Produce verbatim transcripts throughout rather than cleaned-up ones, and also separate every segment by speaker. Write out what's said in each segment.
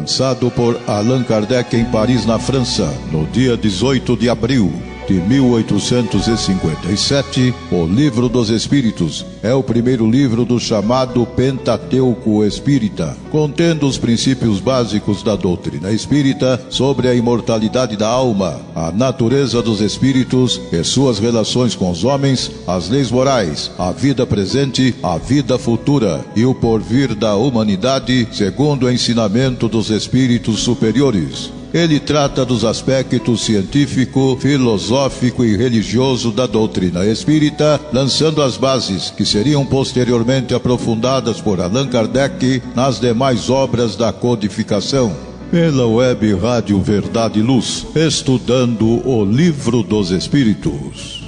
Speaker 1: lançado por Allan Kardec em Paris, na França, no dia dezoito de abril de mil oitocentos e cinquenta e sete, o Livro dos Espíritos é o primeiro livro do chamado Pentateuco Espírita, contendo os princípios básicos da doutrina espírita sobre a imortalidade da alma, a natureza dos espíritos e suas relações com os homens, as leis morais, a vida presente, a vida futura e o porvir da humanidade, segundo o ensinamento dos espíritos superiores. Ele trata dos aspectos científico, filosófico e religioso da doutrina espírita, lançando as bases que seriam posteriormente aprofundadas por Allan Kardec nas demais obras da codificação. Pela web Rádio Verdade e Luz, estudando o Livro dos Espíritos.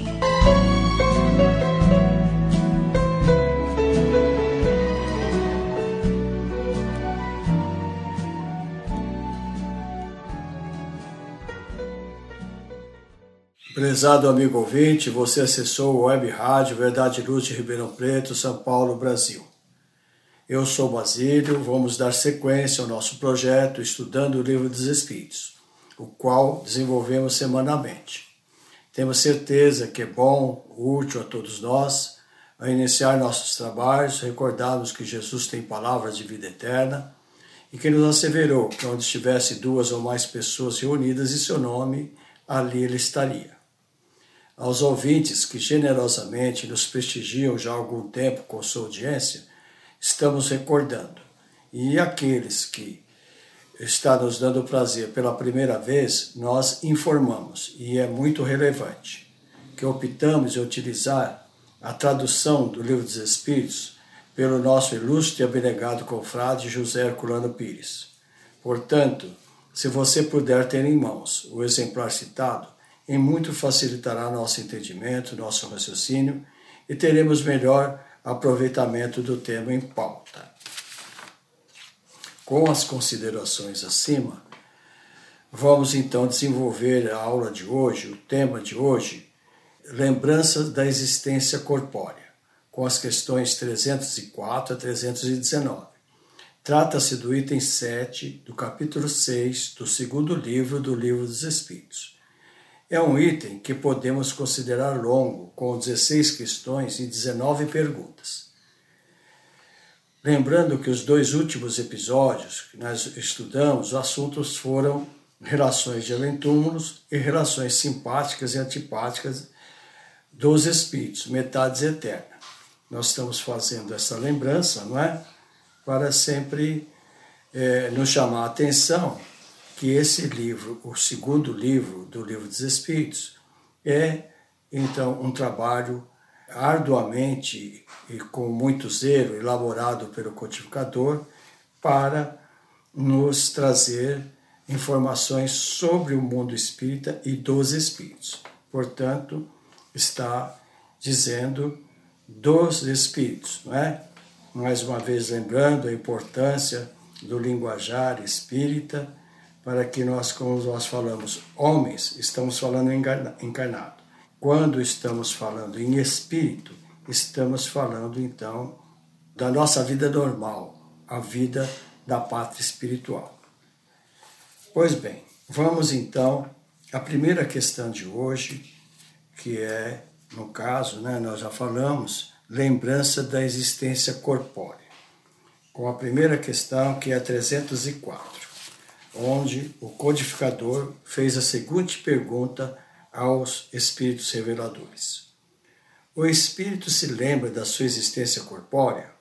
Speaker 2: Prezado amigo ouvinte, você acessou o Web Rádio Verdade e Luz de Ribeirão Preto, São Paulo, Brasil. Eu sou Basílio, vamos dar sequência ao nosso projeto Estudando o Livro dos Espíritos, o qual desenvolvemos semanalmente. Temos certeza que é bom, útil a todos nós, ao iniciar nossos trabalhos, recordarmos que Jesus tem palavras de vida eterna e que nos asseverou que onde estivesse duas ou mais pessoas reunidas em seu nome, ali ele estaria. Aos ouvintes que generosamente nos prestigiam já há algum tempo com sua audiência, estamos recordando. E aqueles que estão nos dando prazer pela primeira vez, nós informamos, e é muito relevante, que optamos em utilizar a tradução do Livro dos Espíritos pelo nosso ilustre e abnegado confrade José Herculano Pires. Portanto, se você puder ter em mãos o exemplar citado, em muito facilitará nosso entendimento, nosso raciocínio e teremos melhor aproveitamento do tema em pauta. Com as considerações acima, vamos então desenvolver a aula de hoje, o tema de hoje, lembranças da existência corpórea, com as questões trezentos e quatro a trezentos e dezenove. Trata-se do item sete do capítulo seis do segundo livro do Livro dos Espíritos. É um item que podemos considerar longo, com dezesseis questões e dezenove perguntas. Lembrando que os dois últimos episódios que nós estudamos, os assuntos foram relações de além-túmulos e relações simpáticas e antipáticas dos espíritos, metades eternas. Nós estamos fazendo essa lembrança, não é? Para sempre é, nos chamar a atenção que esse livro, o segundo livro do Livro dos Espíritos, é, então, um trabalho arduamente e com muito zelo elaborado pelo codificador para nos trazer informações sobre o mundo espírita e dos espíritos. Portanto, está dizendo dos espíritos, não é? Mais uma vez lembrando a importância do linguajar espírita, para que nós, como nós falamos, homens, estamos falando encarnado. Quando estamos falando em espírito, estamos falando, então, da nossa vida normal, a vida da pátria espiritual. Pois bem, vamos, então, à primeira questão de hoje, que é, no caso, né, nós já falamos, lembrança da existência corpórea. Com a primeira questão, que é a trezentos e quatro. Onde o codificador fez a seguinte pergunta aos espíritos reveladores. O espírito se lembra da sua existência corpórea?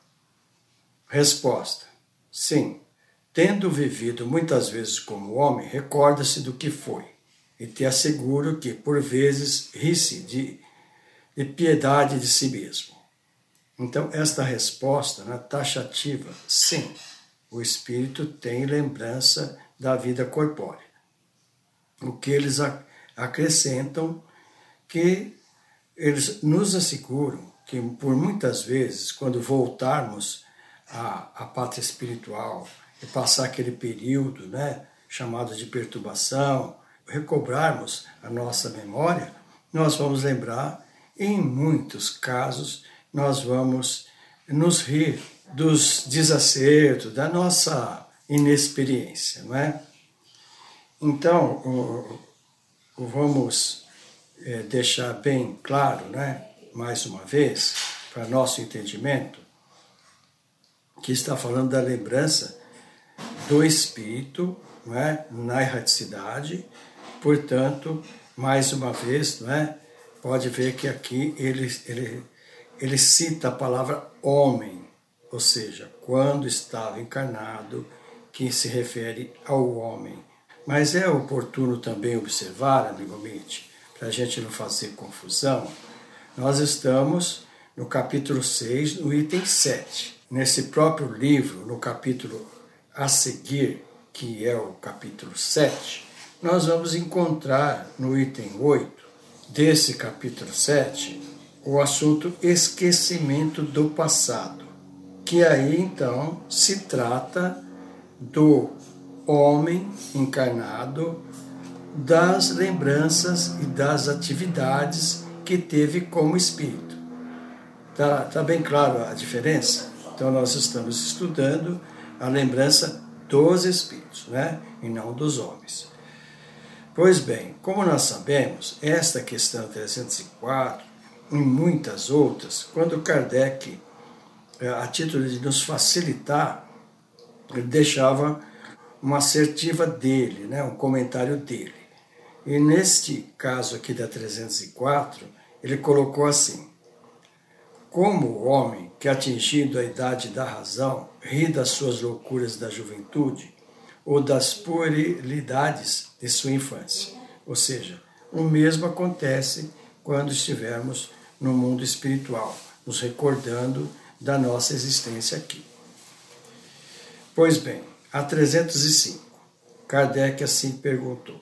Speaker 2: Resposta: sim. Tendo vivido muitas vezes como homem, recorda-se do que foi, e te asseguro que, por vezes, ri-se de, de piedade de si mesmo. Então, esta resposta, né, taxativa, sim, o espírito tem lembrança da vida corpórea. O que eles acrescentam que eles nos asseguram que por muitas vezes, quando voltarmos à, à pátria espiritual e passar aquele período, né, chamado de perturbação, recobrarmos a nossa memória, nós vamos lembrar, em muitos casos, nós vamos nos rir dos desacertos, da nossa inexperiência, não é? Então, vamos deixar bem claro, né, mais uma vez, para nosso entendimento, que está falando da lembrança do Espírito, não é, na erraticidade. Portanto, mais uma vez, não é, pode ver que aqui ele, ele, ele cita a palavra homem, ou seja, quando estava encarnado, que se refere ao homem. Mas é oportuno também observar, amigo ouvinte, para a gente não fazer confusão, nós estamos no capítulo seis, no item sete. Nesse próprio livro, no capítulo a seguir, que é o capítulo sete, nós vamos encontrar no item oito desse capítulo sete o assunto esquecimento do passado, que aí então se trata do homem encarnado, das lembranças e das atividades que teve como espírito. Tá, tá bem claro a diferença? Então nós estamos estudando a lembrança dos espíritos, né? E não dos homens. Pois bem, como nós sabemos, esta questão trezentos e quatro e muitas outras, quando Kardec, a título de nos facilitar, ele deixava uma assertiva dele, né? Um comentário dele. E neste caso aqui da trezentos e quatro, ele colocou assim: como o homem que, atingindo a idade da razão, ri das suas loucuras da juventude ou das puerilidades de sua infância. Ou seja, o mesmo acontece quando estivermos no mundo espiritual, nos recordando da nossa existência aqui. Pois bem, a trezentos e cinco, Kardec assim perguntou: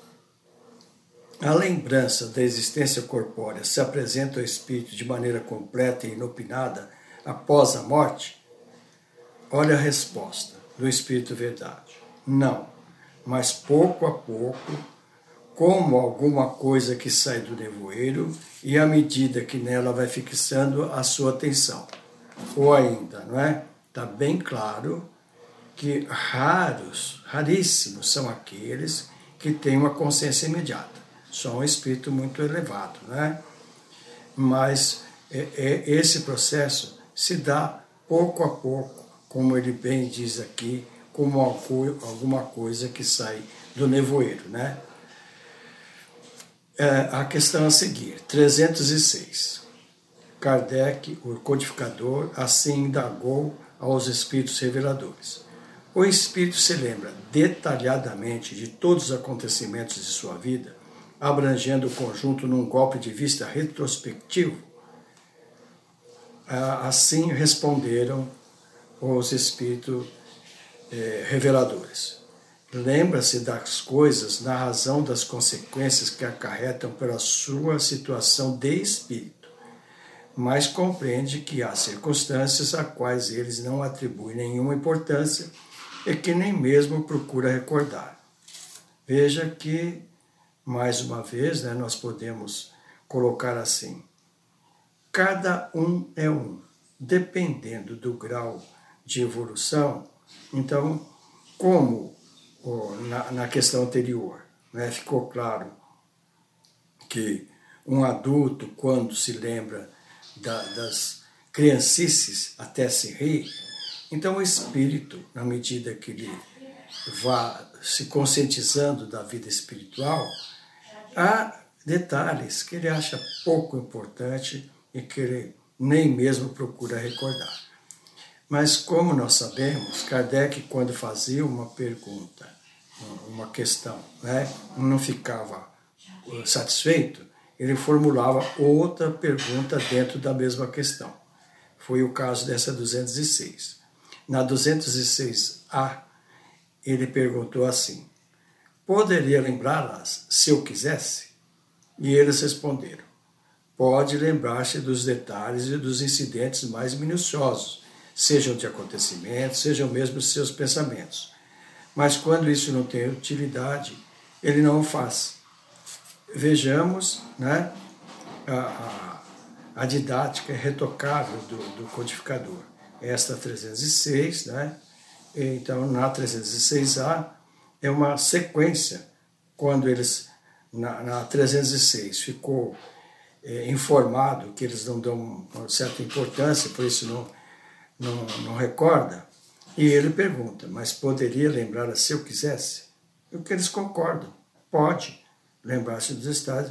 Speaker 2: a lembrança da existência corpórea se apresenta ao espírito de maneira completa e inopinada após a morte? Olha a resposta do Espírito Verdade. Não, mas pouco a pouco, como alguma coisa que sai do nevoeiro e à medida que nela vai fixando a sua atenção. Ou ainda, não é? Está bem claro que raros, raríssimos são aqueles que têm uma consciência imediata. Só um espírito muito elevado, né? Mas é, é, esse processo se dá pouco a pouco, como ele bem diz aqui, como alguma coisa que sai do nevoeiro, né? É, a questão a seguir, trezentos e seis. Kardec, o codificador, assim indagou aos espíritos reveladores: o espírito se lembra detalhadamente de todos os acontecimentos de sua vida, abrangendo o conjunto num golpe de vista retrospectivo? Assim responderam os espíritos eh, reveladores: lembra-se das coisas na razão das consequências que acarretam pela sua situação de espírito, mas compreende que há circunstâncias a quais eles não atribuem nenhuma importância e que nem mesmo procura recordar. Veja que, mais uma vez, né, nós podemos colocar assim: cada um é um, dependendo do grau de evolução. Então, como oh, na, na questão anterior, né, ficou claro que um adulto, quando se lembra da, das criancices, até se ri. Então, o espírito, na medida que ele vá se conscientizando da vida espiritual, há detalhes que ele acha pouco importante e que ele nem mesmo procura recordar. Mas, como nós sabemos, Kardec, quando fazia uma pergunta, uma questão, né, não ficava satisfeito, ele formulava outra pergunta dentro da mesma questão. Foi o caso dessa duzentos e seis. Na duzentos e seis A, ele perguntou assim: poderia lembrá-las se eu quisesse? E eles responderam: pode lembrar-se dos detalhes e dos incidentes mais minuciosos, sejam de acontecimentos, sejam mesmo seus pensamentos. Mas quando isso não tem utilidade, ele não o faz. Vejamos, né, a, a, a didática retocável do, do codificador. Esta trezentos e seis, né, Então, na trezentos e seis A, é uma sequência, quando eles, na, na trezentos e seis, ficou é, informado que eles não dão uma certa importância, por isso não, não, não recorda, e ele pergunta, mas poderia lembrar se eu quisesse? O que eles concordam, pode lembrar-se dos estádios,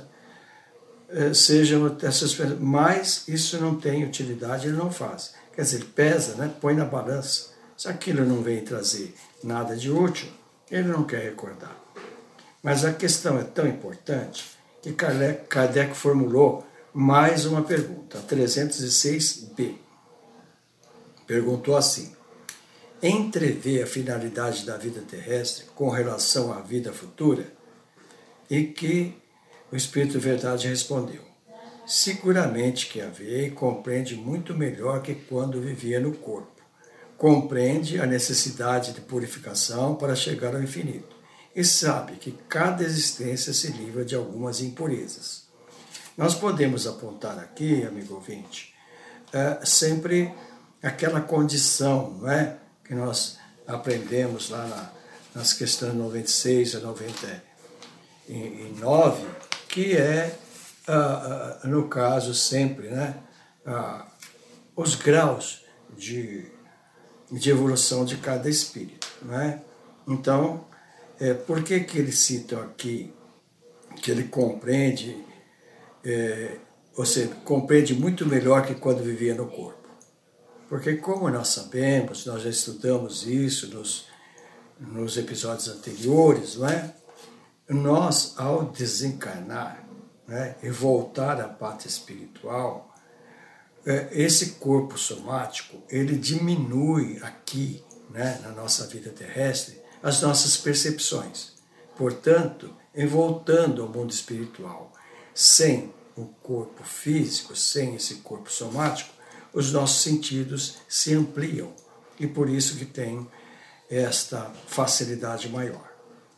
Speaker 2: sejam essas pessoas, mas isso não tem utilidade, ele não faz. Quer dizer, ele pesa, né? Põe na balança. Se aquilo não vem trazer nada de útil, ele não quer recordar. Mas a questão é tão importante que Kardec, Kardec formulou mais uma pergunta, a trezentos e seis B. Perguntou assim, entrevê a finalidade da vida terrestre com relação à vida futura? E que o Espírito Verdade respondeu, seguramente que a vê e compreende muito melhor que quando vivia no corpo. Compreende a necessidade de purificação para chegar ao infinito e sabe que cada existência se livra de algumas impurezas. Nós podemos apontar aqui, amigo ouvinte, é, sempre aquela condição, não é, que nós aprendemos lá na, nas questões noventa e seis a noventa e nove, que é, ah, ah, no caso sempre, né, ah, os graus de, de evolução de cada espírito. Né? Então, é, por que, que eles citam aqui que ele compreende, é, ou seja, compreende muito melhor que quando vivia no corpo? Porque, como nós sabemos, nós já estudamos isso nos, nos episódios anteriores, não é? Nós, ao desencarnar, né, e voltar à pátria espiritual, esse corpo somático, ele diminui aqui, né, na nossa vida terrestre, as nossas percepções. Portanto, em voltando ao mundo espiritual, sem o corpo físico, sem esse corpo somático, os nossos sentidos se ampliam e por isso que tem esta facilidade maior.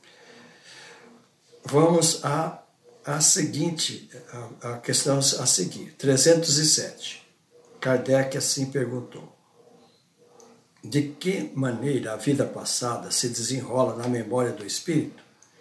Speaker 2: Vamos à, à seguinte, a, a questão a seguir, trezentos e sete. Kardec assim perguntou, de que maneira a vida passada se desenrola na memória do espírito?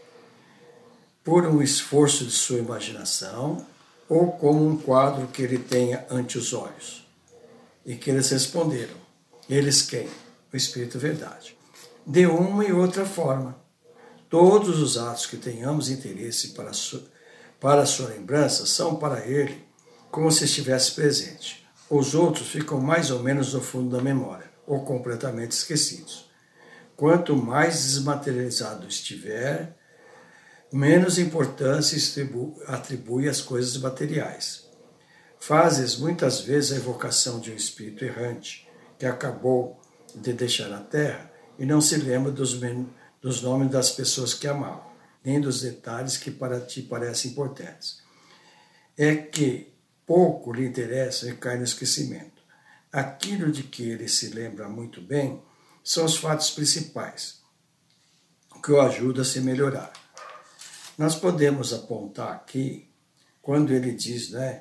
Speaker 2: Por um esforço de sua imaginação ou como um quadro que ele tenha ante os olhos? E que eles responderam, eles quem? O Espírito Verdade. De uma e outra forma. Todos os atos que tenhamos interesse para a sua, para a sua lembrança são para ele como se estivesse presente. Os outros ficam mais ou menos no fundo da memória, ou completamente esquecidos. Quanto mais desmaterializado estiver, menos importância atribui às coisas materiais. Fazes muitas vezes a evocação de um espírito errante que acabou de deixar a terra e não se lembra dos, dos nomes das pessoas que amava, nem dos detalhes que para ti parecem importantes. É que pouco lhe interessa e cai no esquecimento. Aquilo de que ele se lembra muito bem são os fatos principais, que o ajudam a se melhorar. Nós podemos apontar aqui, quando ele diz, né,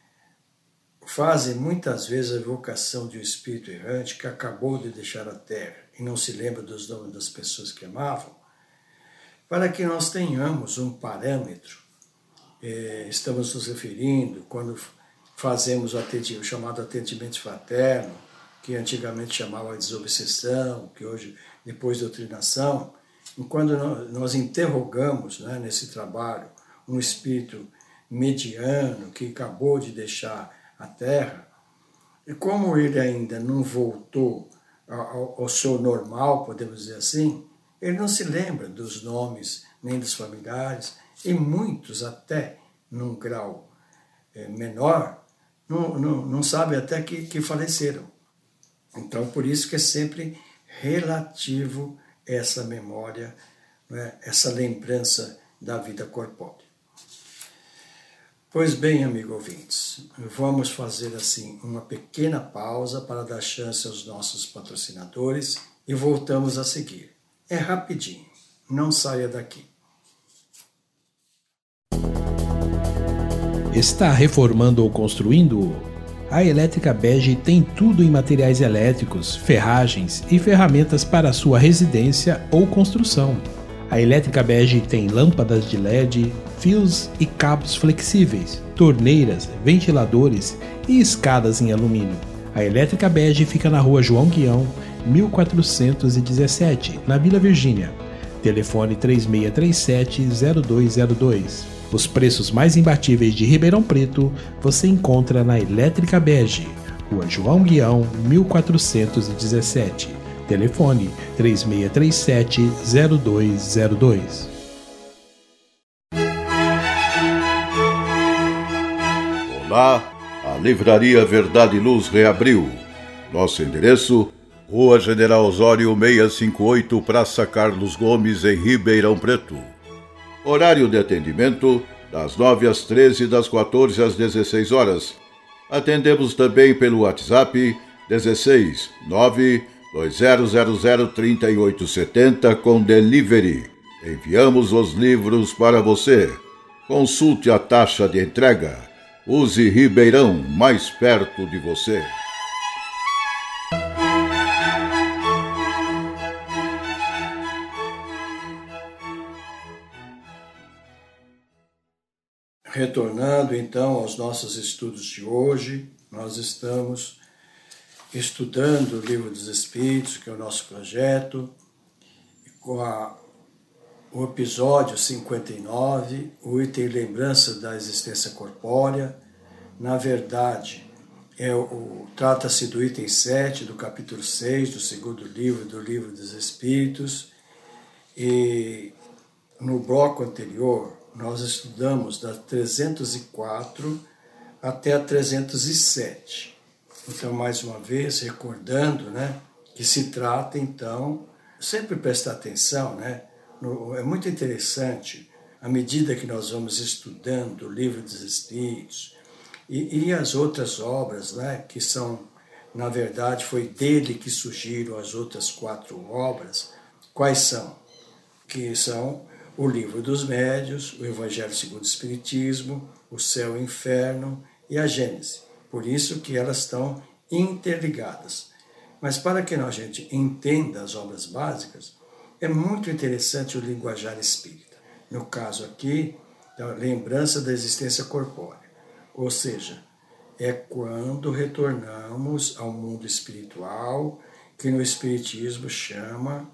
Speaker 2: fazem muitas vezes a evocação de um espírito errante que acabou de deixar a terra e não se lembra dos nomes das pessoas que amavam, para que nós tenhamos um parâmetro, eh, estamos nos referindo quando fazemos o, atendimento, o chamado atendimento fraterno, que antigamente chamava de desobsessão, que hoje, depois de doutrinação, e quando nós interrogamos, né, nesse trabalho um espírito mediano que acabou de deixar a Terra, e como ele ainda não voltou ao, ao seu normal, podemos dizer assim, ele não se lembra dos nomes nem dos familiares, e muitos até, num grau é, menor, não, não, não sabem até que, que faleceram. Então, por isso que é sempre relativo essa memória, né, essa lembrança da vida corpórea. Pois bem, amigos ouvintes, vamos fazer assim uma pequena pausa para dar chance aos nossos patrocinadores e voltamos a seguir. É rapidinho, não saia daqui.
Speaker 3: Está reformando ou construindo? A Elétrica Bege tem tudo em materiais elétricos, ferragens e ferramentas para sua residência ou construção. A Elétrica Bege tem lâmpadas de L E D, fios e cabos flexíveis, torneiras, ventiladores e escadas em alumínio. A Elétrica Bege fica na rua João Guião, mil quatrocentos e dezessete, na Vila Virgínia. Telefone três seis três sete, zero dois zero dois. Os preços mais imbatíveis de Ribeirão Preto você encontra na Elétrica Bege, rua João Guião, mil quatrocentos e dezessete. Telefone três seis três sete, zero dois zero dois.
Speaker 1: Olá, a Livraria Verdade e Luz reabriu. Nosso endereço: Rua General Osório seiscentos e cinquenta e oito, Praça Carlos Gomes, em Ribeirão Preto. Horário de atendimento: das nove às treze, das quatorze às dezesseis horas. Atendemos também pelo WhatsApp dezesseis nove dois zero zero zero três oito sete zero com delivery. Enviamos os livros para você. Consulte a taxa de entrega. Use Ribeirão, mais perto de você.
Speaker 2: Retornando então aos nossos estudos de hoje, nós estamos estudando o Livro dos Espíritos, que é o nosso projeto, com a, o episódio cinquenta e nove, o item Lembrança da Existência Corpórea. Na verdade, é o, trata-se do item sete do capítulo seis do segundo livro do Livro dos Espíritos, e no bloco anterior nós estudamos da trezentos e quatro até a trezentos e sete. Então, mais uma vez, recordando, né, que se trata, então, sempre prestar atenção, né, no, é muito interessante, à medida que nós vamos estudando o Livro dos Espíritos e, e as outras obras, né, que são, na verdade, foi dele que surgiram as outras quatro obras. Quais são? Que são o Livro dos Médiuns, o Evangelho segundo o Espiritismo, o Céu e o Inferno e a Gênese. Por isso que elas estão interligadas. Mas para que a gente entenda as obras básicas, é muito interessante o linguajar espírita. No caso aqui, a lembrança da existência corpórea. Ou seja, é quando retornamos ao mundo espiritual, que no Espiritismo chama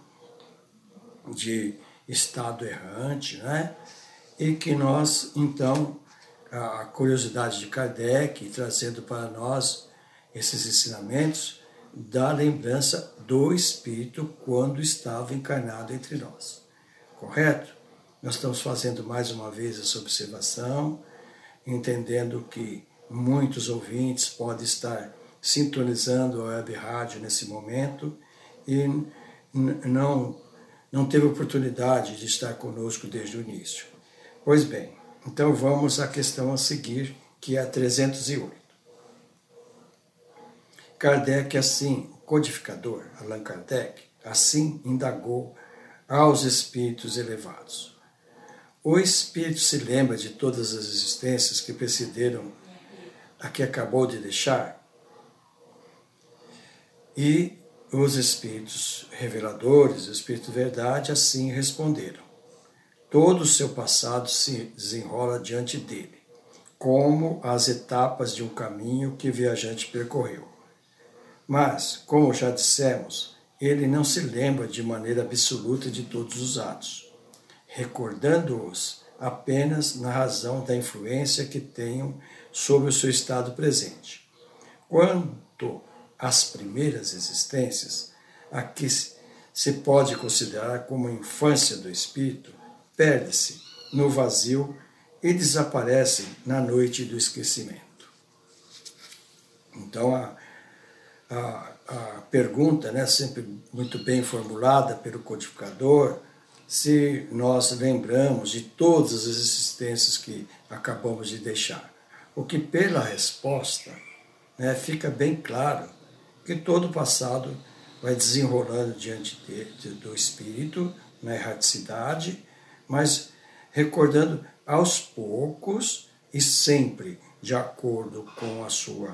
Speaker 2: de estado errante, né? E que nós, então, a curiosidade de Kardec, trazendo para nós esses ensinamentos, da lembrança do Espírito quando estava encarnado entre nós. Correto? Nós estamos fazendo mais uma vez essa observação, entendendo que muitos ouvintes podem estar sintonizando a web rádio nesse momento e não, não teve oportunidade de estar conosco desde o início. Pois bem, então vamos à questão a seguir, que é a trezentos e oito. Kardec, assim, o codificador, Allan Kardec, assim indagou aos espíritos elevados. O espírito se lembra de todas as existências que precederam a que acabou de deixar? E os espíritos reveladores, o espírito verdade, assim responderam. Todo o seu passado se desenrola diante dele, como as etapas de um caminho que o viajante percorreu. Mas, como já dissemos, ele não se lembra de maneira absoluta de todos os atos, recordando-os apenas na razão da influência que tenham sobre o seu estado presente. Quanto às primeiras existências, a que se pode considerar como a infância do espírito, perde-se no vazio e desaparece na noite do esquecimento. Então, a, a, a pergunta, né, sempre muito bem formulada pelo codificador, se nós lembramos de todas as existências que acabamos de deixar. O que pela resposta, né, fica bem claro que todo o passado vai desenrolando diante de, de, do espírito, na erraticidade, mas recordando aos poucos e sempre de acordo com a sua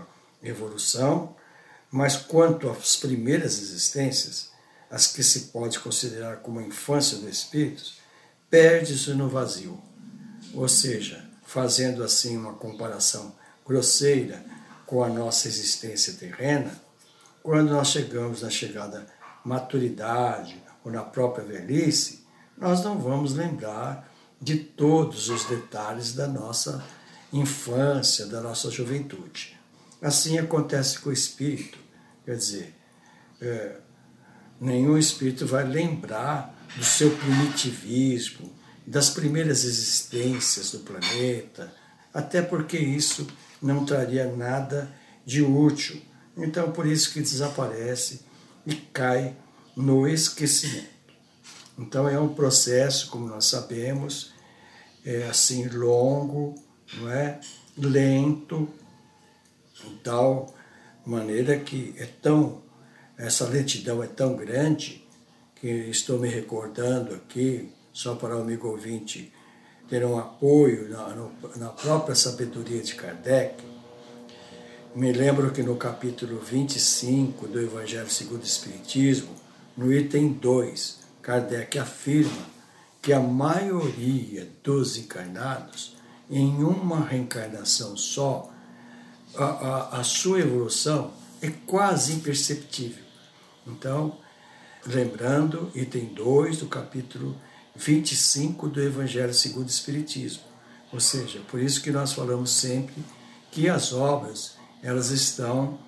Speaker 2: evolução, mas quanto às primeiras existências, as que se pode considerar como a infância do espírito, perde-se no vazio. Ou seja, fazendo assim uma comparação grosseira com a nossa existência terrena, quando nós chegamos na chegada maturidade ou na própria velhice, nós não vamos lembrar de todos os detalhes da nossa infância, da nossa juventude. Assim acontece com o espírito, quer dizer, é, nenhum espírito vai lembrar do seu primitivismo, das primeiras existências do planeta, até porque isso não traria nada de útil. Então, por isso que desaparece e cai no esquecimento. Então, é um processo, como nós sabemos, é assim longo, não é? Lento, de tal maneira que é tão, essa lentidão é tão grande que estou me recordando aqui, só para o amigo ouvinte ter um apoio na, no, na própria sabedoria de Kardec. Me lembro que no capítulo vinte e cinco do Evangelho segundo o Espiritismo, no item dois, Kardec afirma que a maioria dos encarnados, em uma reencarnação só, a, a, a sua evolução é quase imperceptível. Então, lembrando, item dois do capítulo vinte e cinco do Evangelho segundo o Espiritismo. Ou seja, por isso que nós falamos sempre que as obras, elas estão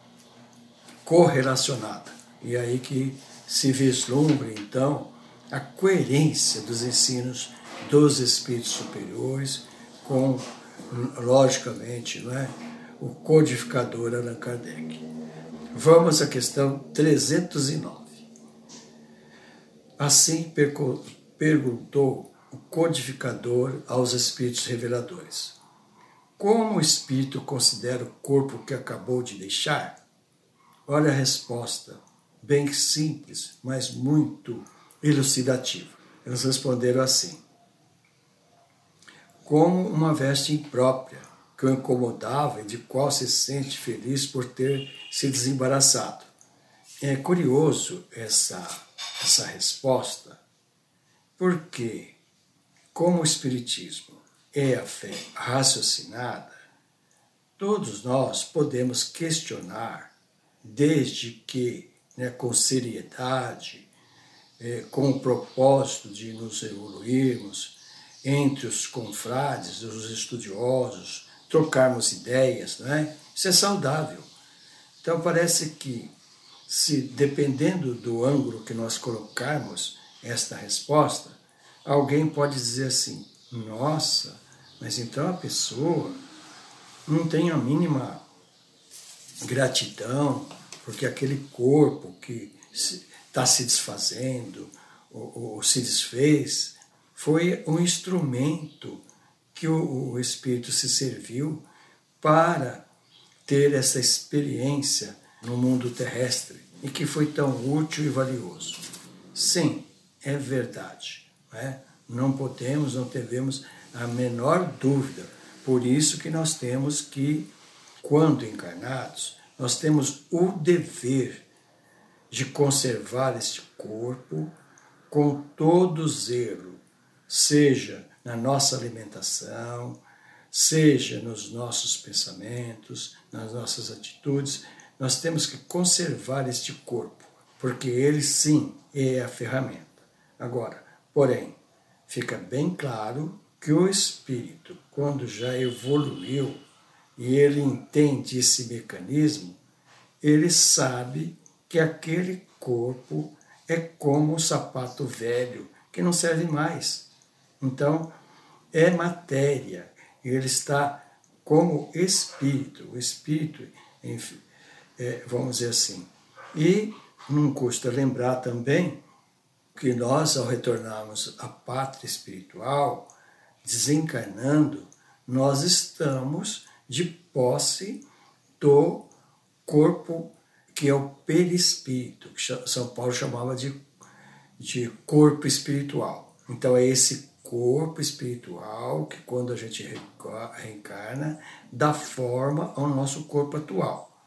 Speaker 2: correlacionadas. E aí que se vislumbra, então, a coerência dos ensinos dos espíritos superiores com, logicamente, não é, o codificador Allan Kardec. Vamos à questão trezentos e nove. Assim perguntou o codificador aos espíritos reveladores: como o espírito considera o corpo que acabou de deixar? Olha a resposta, bem simples, mas muito elucidativa. Eles responderam assim: como uma veste imprópria, que o incomodava e de qual se sente feliz por ter se desembaraçado. É curioso essa, essa resposta, porque, como o Espiritismo é a fé raciocinada, todos nós podemos questionar, desde que, né, com seriedade, é, com o propósito de nos evoluirmos entre os confrades, os estudiosos, trocarmos ideias, né? Isso é saudável. Então parece que, se dependendo do ângulo que nós colocarmos esta resposta, alguém pode dizer assim: nossa, mas então a pessoa não tem a mínima gratidão, porque aquele corpo que está se desfazendo ou, ou se desfez foi um instrumento que o, o Espírito se serviu para ter essa experiência no mundo terrestre e que foi tão útil e valioso. Sim, é verdade, não é? Não podemos, não devemos a menor dúvida. Por isso que nós temos que, quando encarnados, nós temos o dever de conservar este corpo com todo zelo, seja na nossa alimentação, seja nos nossos pensamentos, nas nossas atitudes. Nós temos que conservar este corpo, porque ele sim é a ferramenta. Agora, porém, fica bem claro que o espírito, quando já evoluiu e ele entende esse mecanismo, ele sabe que aquele corpo é como um sapato velho que não serve mais. Então, é matéria, ele está como espírito, o espírito, enfim, é, vamos dizer assim. E não custa lembrar também que nós, ao retornarmos à pátria espiritual, desencarnando, nós estamos de posse do corpo que é o perispírito, que São Paulo chamava de, de corpo espiritual. Então é esse corpo espiritual que, quando a gente reencarna, dá forma ao nosso corpo atual.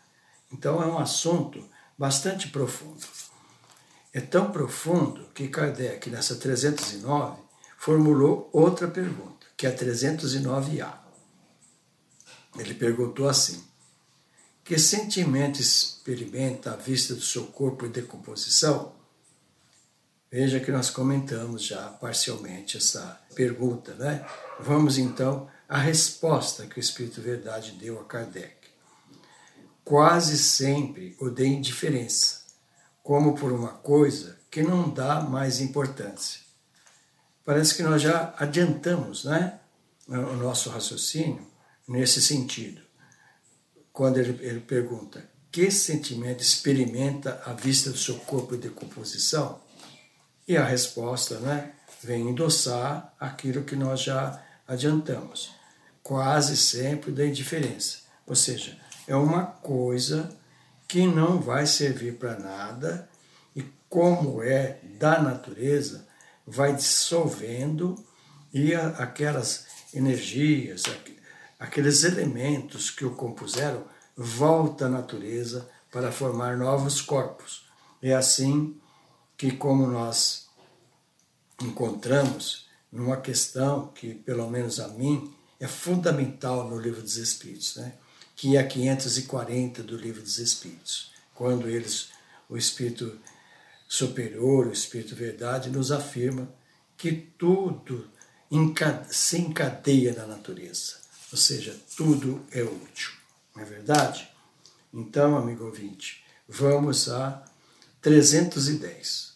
Speaker 2: Então é um assunto bastante profundo. É tão profundo que Kardec, nessa trezentos e nove, formulou outra pergunta, que é a trezentos e nove A. Ele perguntou assim: que sentimento experimenta à vista do seu corpo em decomposição? Veja que nós comentamos já parcialmente essa pergunta, né? Vamos então à resposta que o Espírito Verdade deu a Kardec. Quase sempre o de indiferença, como por uma coisa que não dá mais importância. Parece que nós já adiantamos, né, o nosso raciocínio nesse sentido. Quando ele, ele pergunta, que sentimento experimenta à vista do seu corpo em decomposição? E a resposta, né, vem endossar aquilo que nós já adiantamos. Quase sempre da indiferença. Ou seja, é uma coisa que não vai servir para nada e, como é da natureza, vai dissolvendo e a, aquelas energias, aqueles elementos que o compuseram, voltam à natureza para formar novos corpos. É assim que, como nós encontramos numa questão que, pelo menos a mim, é fundamental no Livro dos Espíritos, né? Que é a quinhentos e quarenta do Livro dos Espíritos, quando eles, o Espírito Superior, o Espírito Verdade, nos afirma que tudo se encadeia na natureza, ou seja, tudo é útil, não é verdade? Então, amigo ouvinte, vamos a trezentos e dez,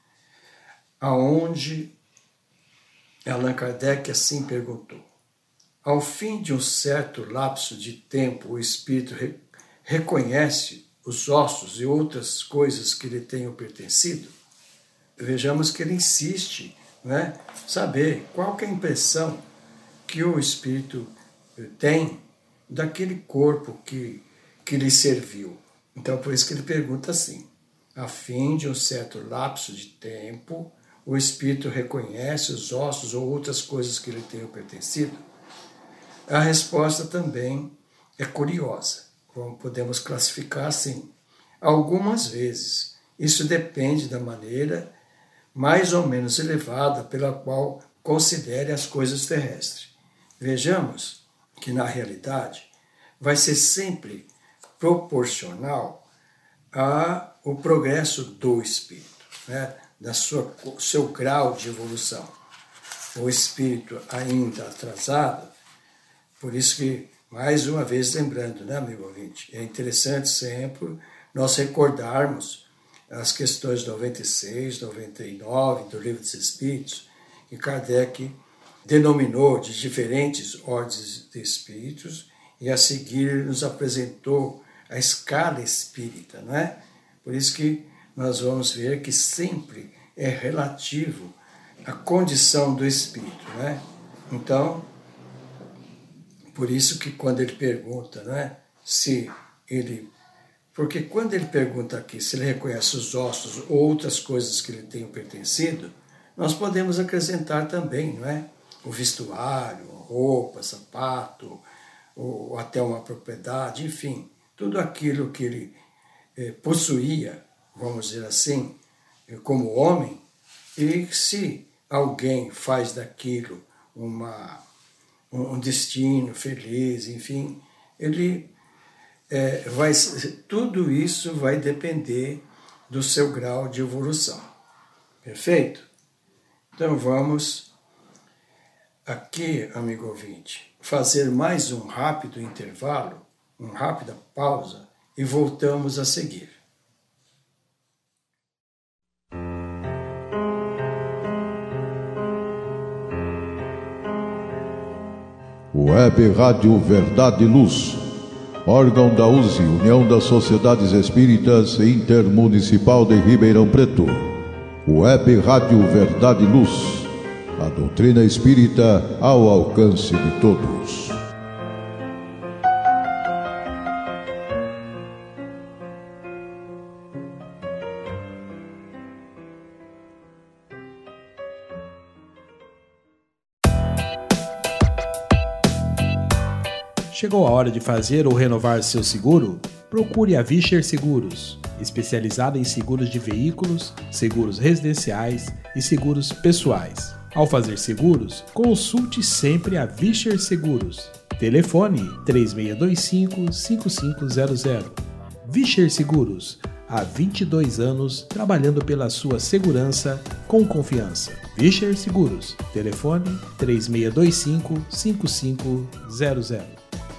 Speaker 2: aonde Allan Kardec assim perguntou: ao fim de um certo lapso de tempo, o espírito re- reconhece os ossos e outras coisas que lhe tenham pertencido? Vejamos que ele insiste, né, saber qual que é a impressão que o espírito tem daquele corpo que, que lhe serviu. Então, por isso que ele pergunta assim: a fim de um certo lapso de tempo, o espírito reconhece os ossos ou outras coisas que lhe tenham pertencido? A resposta também é curiosa, como podemos classificar assim. Algumas vezes, isso depende da maneira mais ou menos elevada pela qual considere as coisas terrestres. Vejamos que, na realidade, vai ser sempre proporcional ao progresso do espírito, né? Da sua seu grau de evolução. O espírito ainda atrasado, por isso que, mais uma vez lembrando, né, amigo ouvinte, é interessante sempre nós recordarmos as questões noventa e seis, noventa e nove do Livro dos Espíritos, que Kardec denominou de diferentes ordens de espíritos e a seguir nos apresentou a escala espírita, não é? Por isso que nós vamos ver que sempre é relativo à condição do espírito, não é? Então, por isso que quando ele pergunta, não é, se ele... Porque quando ele pergunta aqui se ele reconhece os ossos ou outras coisas que lhe tenham pertencido, nós podemos acrescentar também, não é? O vestuário, roupa, sapato, ou até uma propriedade, enfim, tudo aquilo que ele eh, possuía, vamos dizer assim, como homem, e se alguém faz daquilo uma, um destino feliz, enfim, ele é, vai, tudo isso vai depender do seu grau de evolução. Perfeito? Então vamos aqui, amigo ouvinte, fazer mais um rápido intervalo, uma rápida pausa, e voltamos a seguir.
Speaker 1: Web Rádio Verdade e Luz, órgão da U S E, União das Sociedades Espíritas Intermunicipal de Ribeirão Preto. Web Rádio Verdade e Luz, a doutrina espírita ao alcance de todos.
Speaker 3: Chegou a hora de fazer ou renovar seu seguro? procure a Vischer Seguros, especializada em seguros de veículos, seguros residenciais e seguros pessoais. Ao fazer seguros, consulte sempre a Vischer Seguros. Telefone três seis dois cinco, cinco cinco zero zero. Vischer Seguros, há vinte e dois anos trabalhando pela sua segurança com confiança. Vischer Seguros. Telefone três seis dois cinco, cinco cinco zero zero.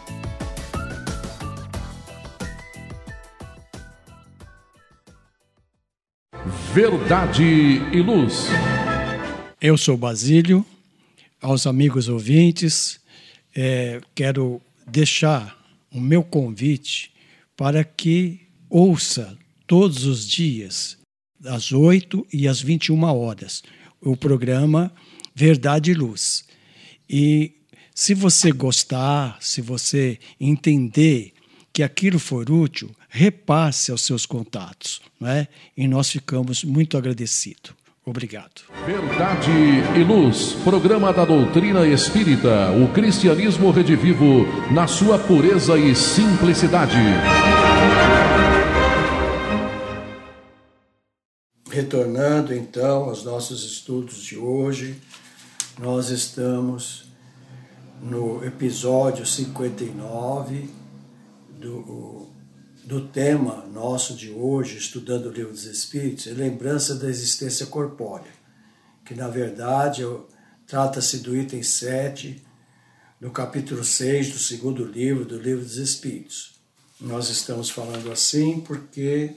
Speaker 4: Verdade e Luz.
Speaker 2: Eu sou Basílio. Aos amigos ouvintes, é, quero deixar o meu convite para que ouça todos os dias, às oito e às vinte e uma horas, o programa Verdade e Luz. E se você gostar, se você entender que aquilo for útil, repasse aos seus contatos, não é? E nós ficamos muito agradecidos. Obrigado.
Speaker 4: Verdade e Luz, programa da doutrina espírita, o cristianismo redivivo na sua pureza e simplicidade.
Speaker 2: Retornando então aos nossos estudos de hoje, nós estamos no episódio cinquenta e nove do, do tema nosso de hoje, estudando o Livro dos Espíritos, é lembrança da existência corpórea, que na verdade trata-se do item sete, do capítulo seis do segundo livro do Livro dos Espíritos. Nós estamos falando assim porque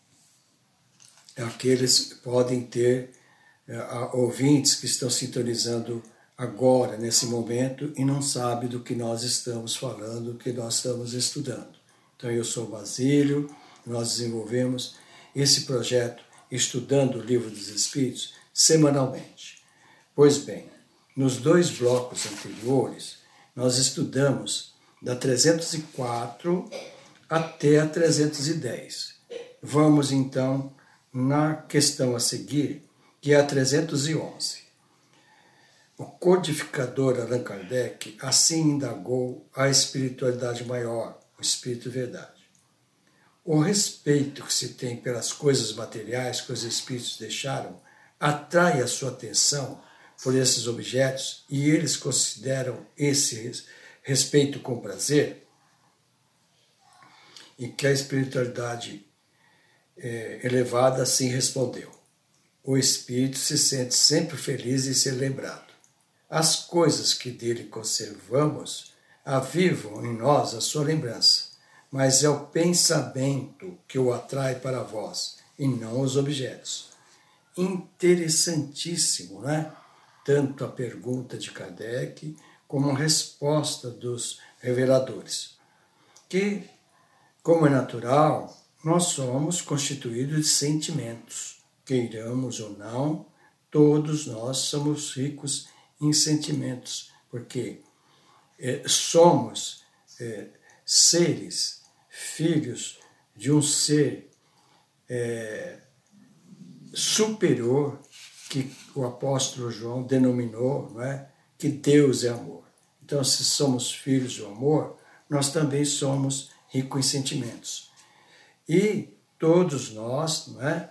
Speaker 2: aqueles podem ter uh, ouvintes que estão sintonizando agora, nesse momento, e não sabem do que nós estamos falando, do que nós estamos estudando. Então, eu sou Basílio, nós desenvolvemos esse projeto Estudando o Livro dos Espíritos semanalmente. Pois bem, nos dois blocos anteriores, nós estudamos da trezentos e quatro até a trezentos e dez. Vamos, então, na questão a seguir, que é a trezentos e onze. O codificador Allan Kardec assim indagou a espiritualidade maior, o Espírito Verdade. O respeito que se tem pelas coisas materiais que os Espíritos deixaram atrai a sua atenção por esses objetos e eles consideram esse respeito com prazer? E que a espiritualidade é, elevada assim respondeu: o Espírito se sente sempre feliz em ser lembrado. As coisas que dele conservamos avivam em nós a sua lembrança, mas é o pensamento que o atrai para vós, e não os objetos. Interessantíssimo, né? Tanto a pergunta de Kardec como a resposta dos reveladores. Que, como é natural, nós somos constituídos de sentimentos. Queiramos ou não, todos nós somos ricos em sentimentos, porque é, somos é, seres, filhos de um ser é, superior, que o apóstolo João denominou, não é? Que Deus é amor. Então, se somos filhos do amor, nós também somos ricos em sentimentos. E todos nós, não é?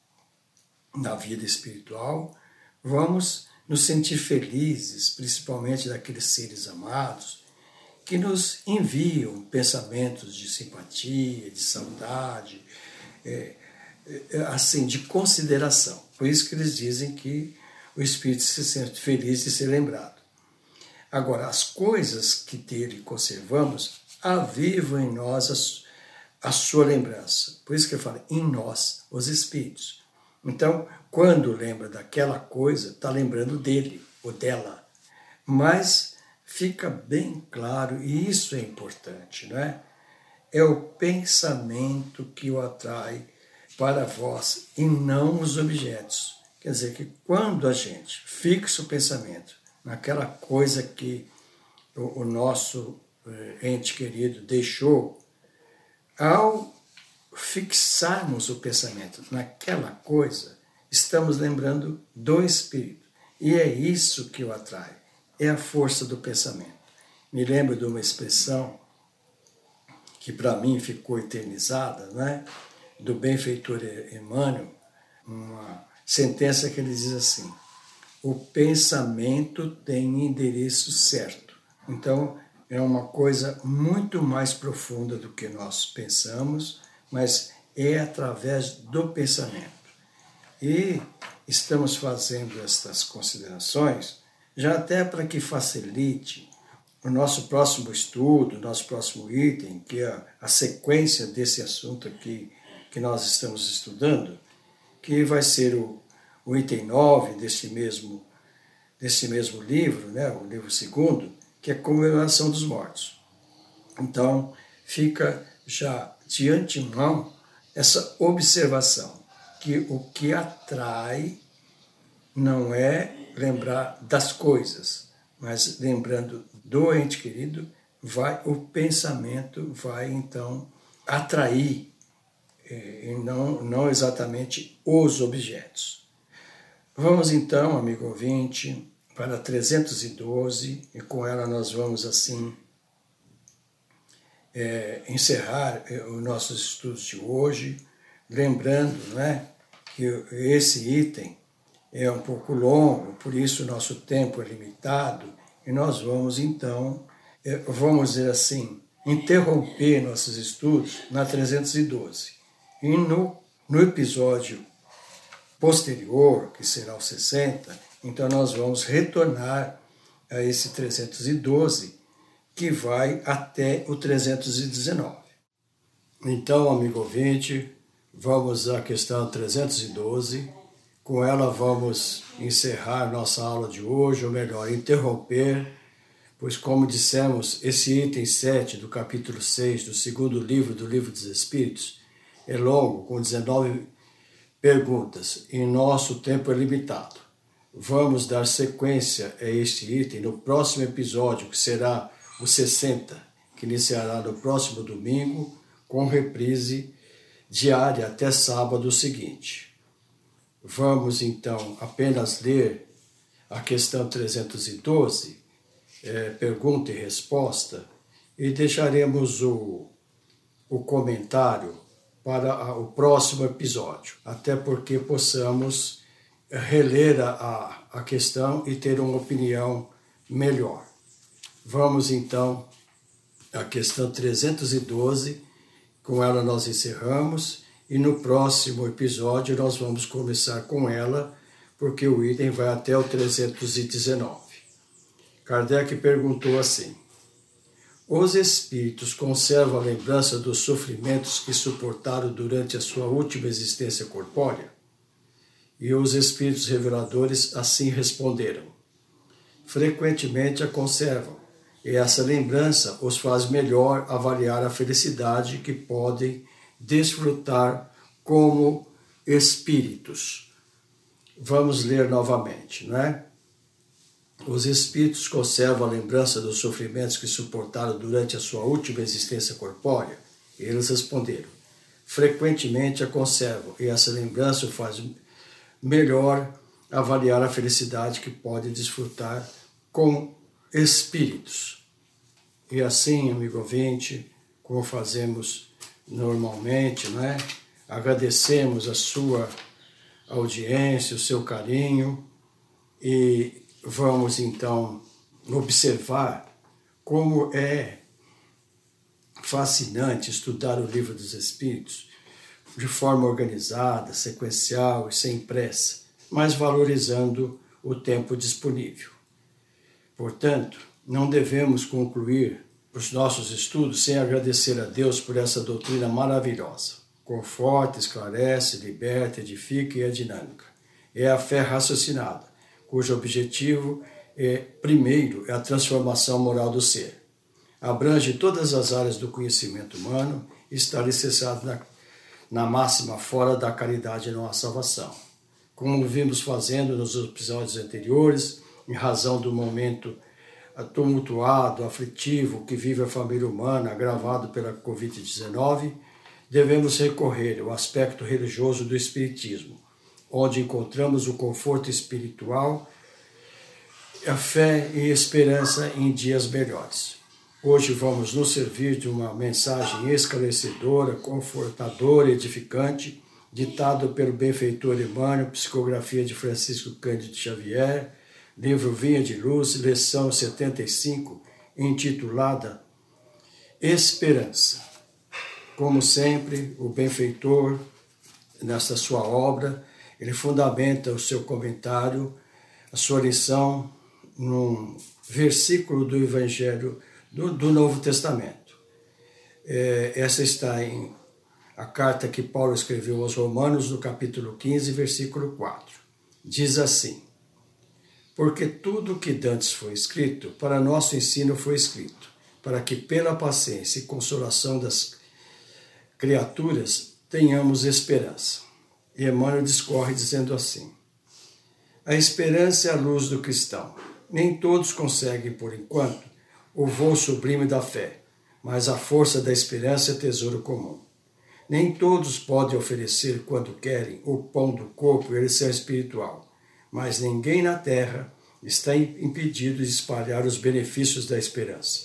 Speaker 2: Na vida espiritual, vamos nos sentir felizes, principalmente daqueles seres amados, que nos enviam pensamentos de simpatia, de saudade, é, é, assim, de consideração. Por isso que eles dizem que o Espírito se sente feliz de ser lembrado. Agora, as coisas que dele conservamos avivam em nós a, a sua lembrança. Por isso que eu falo, em nós, os Espíritos. Então, quando lembra daquela coisa, está lembrando dele ou dela. Mas fica bem claro, e isso é importante, não é? É o pensamento que o atrai para vós e não os objetos. Quer dizer que quando a gente fixa o pensamento naquela coisa que o, o nosso ente querido deixou, ao fixarmos o pensamento naquela coisa, estamos lembrando do Espírito. E é isso que o atrai, é a força do pensamento. Me lembro de uma expressão que para mim ficou eternizada, né? Do benfeitor Emmanuel, uma sentença que ele diz assim: o pensamento tem endereço certo. Então, é uma coisa muito mais profunda do que nós pensamos, mas é através do pensamento. E estamos fazendo estas considerações já até para que facilite o nosso próximo estudo, o nosso próximo item, que é a sequência desse assunto aqui que nós estamos estudando, que vai ser o, o item nove desse mesmo, desse mesmo livro, né, o livro segundo, que é a comemoração dos mortos. Então, fica já de antemão essa observação, que o que atrai não é lembrar das coisas, mas lembrando do ente querido, vai, o pensamento vai então atrair, e não, não exatamente os objetos. Vamos então, amigo ouvinte, para trezentos e doze, e com ela nós vamos assim é, encerrar os nossos estudos de hoje, lembrando, né, que esse item é um pouco longo, por isso o nosso tempo é limitado, e nós vamos então, é, vamos dizer assim, interromper nossos estudos na trezentos e doze. E no, no episódio posterior, que será o sessenta, então nós vamos retornar a esse trezentos e doze, que vai até o trezentos e dezenove. Então, amigo ouvinte, vamos à questão trezentos e doze. Com ela vamos encerrar nossa aula de hoje, ou melhor, interromper, pois, como dissemos, esse item sete do capítulo seis do segundo livro do Livro dos Espíritos é longo, com dezenove perguntas, e nosso tempo é limitado. Vamos dar sequência a este item no próximo episódio, que será o sessenta, que iniciará no próximo domingo, com reprise diária até sábado seguinte. Vamos, então, apenas ler a questão trezentos e doze, é, pergunta e resposta, e deixaremos o, o comentário para o próximo episódio, até porque possamos reler a, a questão e ter uma opinião melhor. Vamos, então, à questão trezentos e doze, com ela nós encerramos, e no próximo episódio nós vamos começar com ela, porque o item vai até o trezentos e dezenove. Kardec perguntou assim: os espíritos conservam a lembrança dos sofrimentos que suportaram durante a sua última existência corpórea? E os espíritos reveladores assim responderam: frequentemente a conservam, e essa lembrança os faz melhor avaliar a felicidade que podem desfrutar como espíritos. Vamos ler novamente, não é? Os espíritos conservam a lembrança dos sofrimentos que suportaram durante a sua última existência corpórea? E eles responderam: frequentemente a conservam, e essa lembrança os faz melhor avaliar a felicidade que pode desfrutar com espíritos. E assim, amigo ouvinte, como fazemos normalmente, não é? Agradecemos a sua audiência, o seu carinho, e vamos então observar como é fascinante estudar o Livro dos Espíritos de forma organizada, sequencial e sem pressa, mas valorizando o tempo disponível. Portanto, não devemos concluir os nossos estudos sem agradecer a Deus por essa doutrina maravilhosa. Conforta, esclarece, liberta, edifica e é dinâmica. É a fé raciocinada, cujo objetivo é, primeiro, é a transformação moral do ser. Abrange todas as áreas do conhecimento humano e está alicerçado na, na máxima fora da caridade não há salvação. Como vimos fazendo nos episódios anteriores, em razão do momento tumultuado, aflitivo que vive a família humana, agravado pela covid dezenove, devemos recorrer ao aspecto religioso do Espiritismo, onde encontramos o conforto espiritual, a fé e esperança em dias melhores. Hoje vamos nos servir de uma mensagem esclarecedora, confortadora e edificante, ditado pelo benfeitor Emmanuel, psicografia de Francisco Cândido Xavier, livro Vinha de Luz, lição setenta e cinco, intitulada Esperança. Como sempre, o benfeitor, nesta sua obra, ele fundamenta o seu comentário, a sua lição, num versículo do Evangelho do, do Novo Testamento. É, essa está em a carta que Paulo escreveu aos Romanos, no capítulo quinze, versículo quatro. Diz assim: porque tudo o que dantes foi escrito, para nosso ensino foi escrito, para que pela paciência e consolação das criaturas tenhamos esperança. E Emmanuel discorre dizendo assim: a esperança é a luz do cristão. Nem todos conseguem, por enquanto, o voo sublime da fé, mas a força da esperança é tesouro comum. Nem todos podem oferecer, quando querem, o pão do corpo e a lição espiritual, mas ninguém na terra está impedido de espalhar os benefícios da esperança.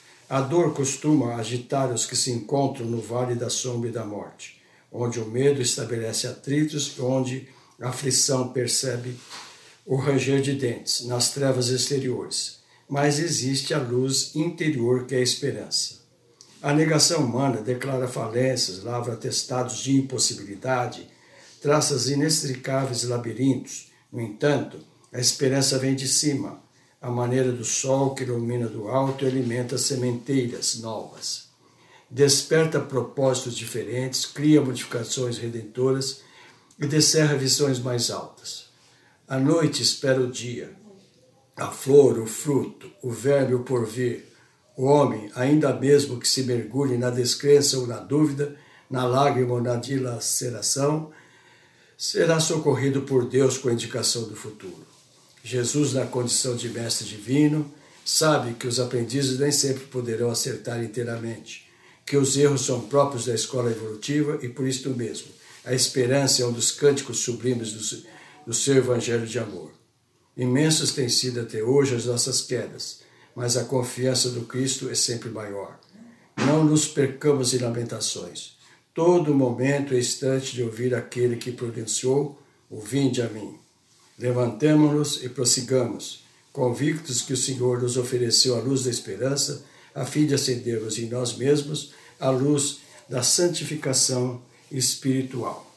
Speaker 2: A dor costuma agitar os que se encontram no vale da sombra e da morte, onde o medo estabelece atritos e onde a aflição percebe o ranger de dentes nas trevas exteriores. Mas existe a luz interior que é a esperança. A negação humana declara falências, lavra atestados de impossibilidade, traça inextricáveis labirintos. No entanto, a esperança vem de cima, à maneira do sol que ilumina do alto e alimenta sementeiras novas. Desperta propósitos diferentes, cria modificações redentoras e descerra visões mais altas. A noite espera o dia, a flor, o fruto, o verme, o porvir. O homem, ainda mesmo que se mergulhe na descrença ou na dúvida, na lágrima ou na dilaceração, será socorrido por Deus com a indicação do futuro. Jesus, na condição de mestre divino, sabe que os aprendizes nem sempre poderão acertar inteiramente, que os erros são próprios da escola evolutiva e, por isto mesmo, a esperança é um dos cânticos sublimes do, do seu evangelho de amor. Imensos têm sido até hoje as nossas quedas, mas a confiança do Cristo é sempre maior. Não nos percamos em lamentações. Todo momento é instante de ouvir aquele que pronunciou o vinde a mim. Levantemo-nos e prossigamos, convictos que o Senhor nos ofereceu a luz da esperança, a fim de acendermos em nós mesmos a luz da santificação espiritual.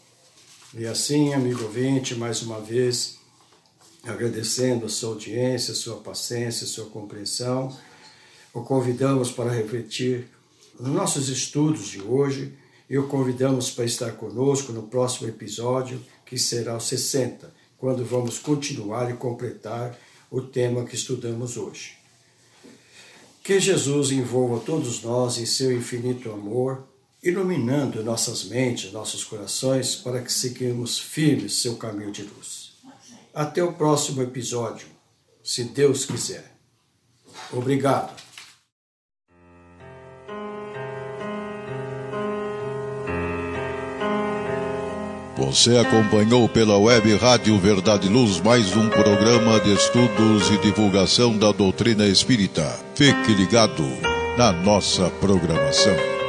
Speaker 2: E assim, amigo ouvinte, mais uma vez, agradecendo a sua audiência, a sua paciência, a sua compreensão, o convidamos para refletir nos nossos estudos de hoje e o convidamos para estar conosco no próximo episódio, que será o sessenta, quando vamos continuar e completar o tema que estudamos hoje. Que Jesus envolva todos nós em seu infinito amor, iluminando nossas mentes, nossos corações, para que seguimos firmes seu caminho de luz. Até o próximo episódio, se Deus quiser. Obrigado.
Speaker 1: Você acompanhou pela web Rádio Verdade e Luz mais um programa de estudos e divulgação da doutrina espírita. Fique ligado na nossa programação.